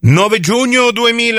9 giugno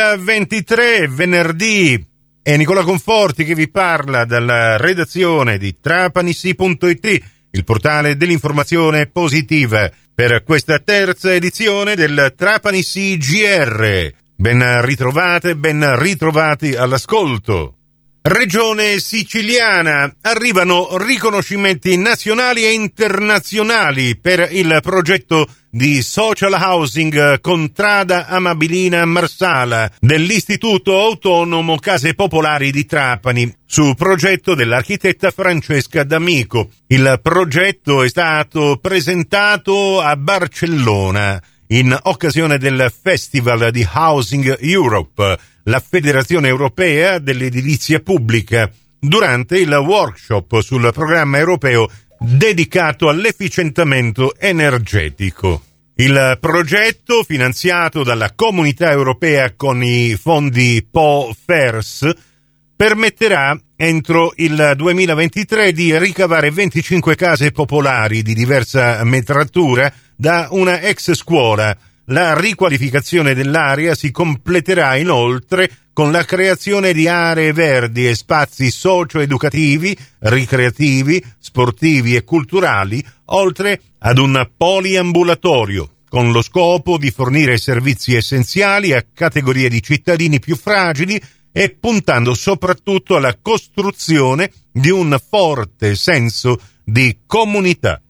2023, venerdì, è Nicola Conforti che vi parla dalla redazione di trapanissi.it, il portale dell'informazione positiva, per questa terza edizione del Trapanissi GR. Ben ritrovate, ben ritrovati all'ascolto. Regione siciliana, arrivano riconoscimenti nazionali e internazionali per il progetto di social housing Contrada Amabilina Marsala dell'Istituto Autonomo Case Popolari di Trapani, su progetto dell'architetta Francesca D'Amico. Il progetto è stato presentato a Barcellona in occasione del Festival di Housing Europe, la Federazione Europea dell'Edilizia Pubblica, durante il workshop sul programma europeo dedicato all'efficientamento energetico. Il progetto, finanziato dalla Comunità Europea con i fondi PO-FERS, permetterà entro il 2023 di ricavare 25 case popolari di diversa metratura da una ex scuola. La riqualificazione dell'area si completerà inoltre con la creazione di aree verdi e spazi socio-educativi, ricreativi, sportivi e culturali, oltre ad un poliambulatorio, con lo scopo di fornire servizi essenziali a categorie di cittadini più fragili e puntando soprattutto alla costruzione di un forte senso di comunità.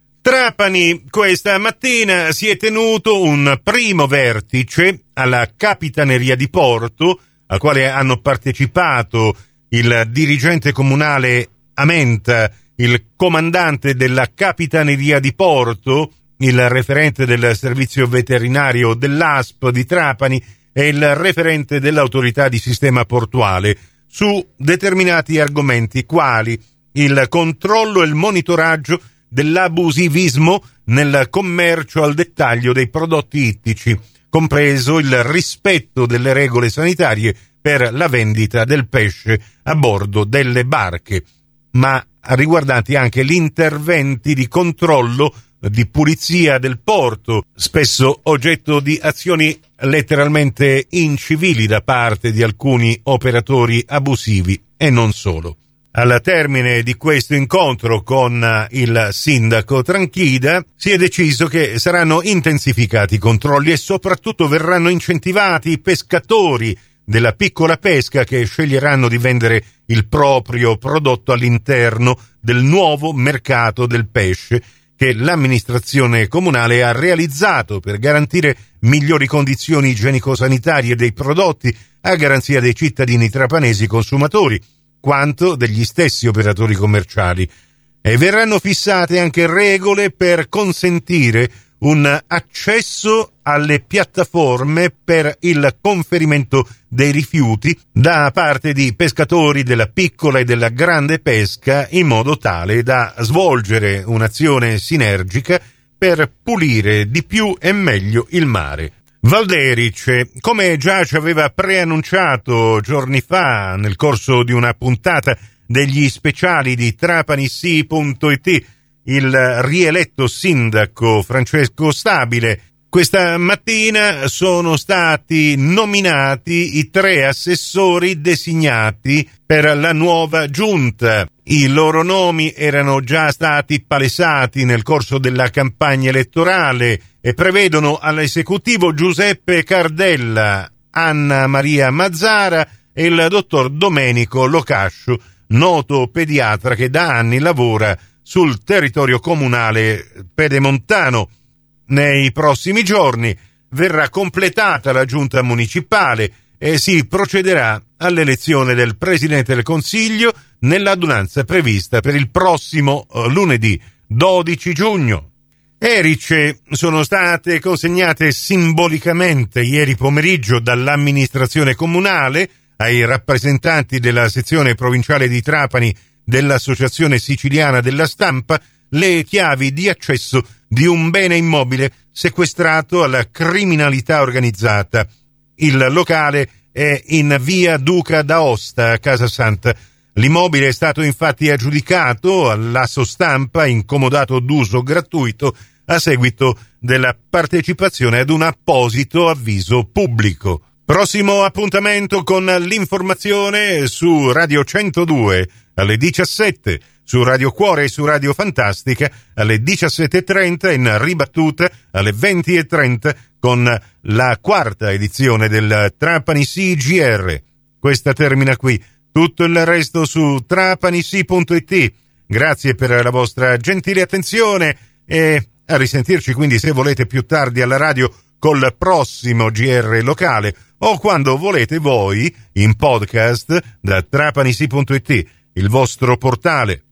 Trapani, questa mattina si è tenuto un primo vertice alla Capitaneria di Porto, al quale hanno partecipato il dirigente comunale Amenta, il comandante della Capitaneria di Porto, il referente del servizio veterinario dell'ASP di Trapani e il referente dell'autorità di sistema portuale, su determinati argomenti quali il controllo e il monitoraggio dell'abusivismo nel commercio al dettaglio dei prodotti ittici, compreso il rispetto delle regole sanitarie per la vendita del pesce a bordo delle barche, ma riguardanti anche gli interventi di controllo di pulizia del porto, spesso oggetto di azioni letteralmente incivili da parte di alcuni operatori abusivi e non solo. Al termine di questo incontro con il sindaco Tranchida si è deciso che saranno intensificati i controlli e soprattutto verranno incentivati i pescatori della piccola pesca che sceglieranno di vendere il proprio prodotto all'interno del nuovo mercato del pesce che l'amministrazione comunale ha realizzato per garantire migliori condizioni igienico-sanitarie dei prodotti a garanzia dei cittadini trapanesi consumatori, quanto degli stessi operatori commerciali, e verranno fissate anche regole per consentire un accesso alle piattaforme per il conferimento dei rifiuti da parte di pescatori della piccola e della grande pesca, in modo tale da svolgere un'azione sinergica per pulire di più e meglio il mare. Valderice, come già ci aveva preannunciato giorni fa nel corso di una puntata degli speciali di trapanissi.it, il rieletto sindaco Francesco Stabile, questa mattina sono stati nominati i 3 assessori designati per la nuova giunta. I loro nomi erano già stati palesati nel corso della campagna elettorale e prevedono all'esecutivo Giuseppe Cardella, Anna Maria Mazzara e il dottor Domenico Locascio, noto pediatra che da anni lavora sul territorio comunale pedemontano. Nei prossimi giorni verrà completata la giunta municipale e si procederà all'elezione del Presidente del Consiglio nell'adunanza prevista per il prossimo lunedì 12 giugno. Erice sono state consegnate simbolicamente ieri pomeriggio dall'amministrazione comunale ai rappresentanti della sezione provinciale di Trapani dell'Associazione Siciliana della Stampa le chiavi di accesso di un bene immobile sequestrato alla criminalità organizzata. Il locale è in via Duca d'Aosta, a Casasanta. L'immobile è stato infatti aggiudicato all'Asso Stampa in comodato d'uso gratuito a seguito della partecipazione ad un apposito avviso pubblico. Prossimo appuntamento con l'informazione su Radio 102 alle 17, su Radio Cuore e su Radio Fantastica alle 17.30, in ribattuta alle 20.30 con la quarta edizione del Trapani CGR. Questa termina qui, tutto il resto su trapanisi.it. Grazie per la vostra gentile attenzione e a risentirci quindi, se volete, più tardi alla radio col prossimo GR locale o quando volete voi in podcast da trapanisi.it, il vostro portale